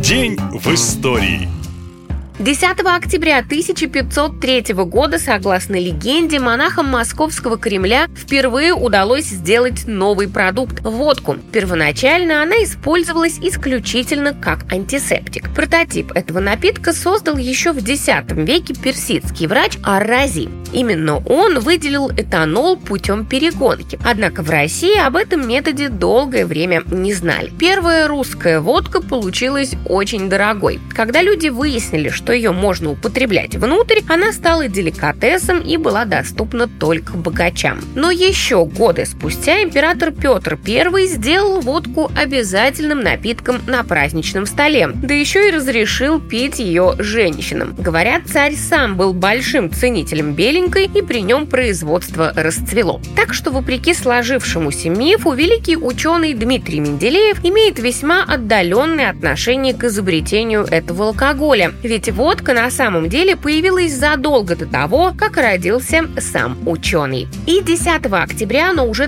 День в истории. 10 октября 1503 года, согласно легенде, монахам Московского Кремля впервые удалось сделать новый продукт – водку. Первоначально она использовалась исключительно как антисептик. Прототип этого напитка создал еще в X веке персидский врач Ар-Рази. Именно он выделил этанол путем перегонки. Однако в России об этом методе долгое время не знали. Первая русская водка получилась очень дорогой. Когда люди выяснили, что ее можно употреблять внутрь, она стала деликатесом и была доступна только богачам. Но еще годы спустя император Петр I сделал водку обязательным напитком на праздничном столе, да еще и разрешил пить ее женщинам. Говорят, царь сам был большим ценителем беленькой, и при нем производство расцвело. Так что, вопреки сложившемуся мифу, великий ученый Дмитрий Менделеев имеет весьма отдаленное отношение к изобретению этого алкоголя. Ведь водка на самом деле появилась задолго до того, как родился сам ученый. И 10 октября, но уже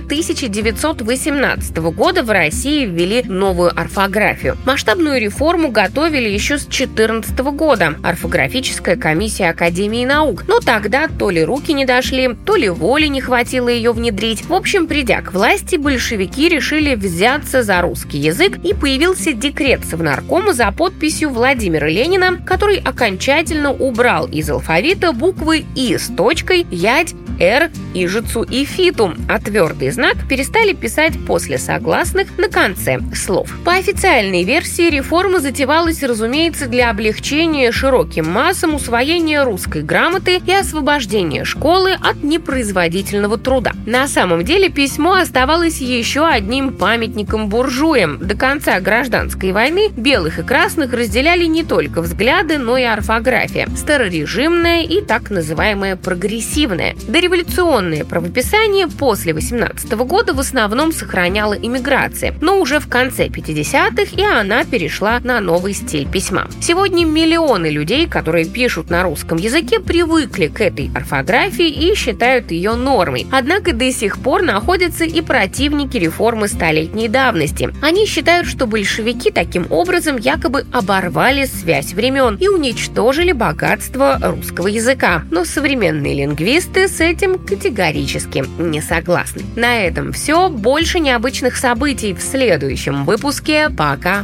1918 года в России ввели новую орфографию. Масштабную реформу готовили еще с 2014 года. Орфографическая комиссия Академии наук. Но тогда то ли руки не дошли, то ли воли не хватило ее внедрить. В общем, придя к власти, большевики решили взяться за русский язык, и появился декрет Совнаркома за подписью Владимира Ленина, который окончательно убрал из алфавита буквы «и» с точкой, «ядь», «р», «ижицу» и «фиту», а твердый знак перестали писать после согласных на конце слов. По официальной версии, реформа затевалась, разумеется, для облегчения широким массам усвоения русской грамоты и освобождения школы от непроизводительного труда. На самом деле письмо оставалось еще одним памятником буржуям. До конца гражданской войны белых и красных разделяли не только взгляды, но и орфография, старорежимная и так называемая прогрессивная. Дореволюционное правописание после 18 года в основном сохраняла иммиграция, но уже в конце 50-х и она перешла на новый стиль письма. Сегодня миллионы людей, которые пишут на русском языке, привыкли к этой орфографии и считают ее нормой. Однако до сих пор находятся и противники реформы столетней давности. Они считают, что большевики таким образом якобы оборвали связь времен и уничтожили богатство русского языка. Но современные лингвисты с этим категорически не согласны. На этом все. Больше необычных событий в следующем выпуске. Пока!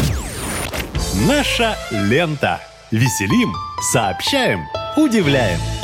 Наша лента. Веселим, сообщаем, удивляем.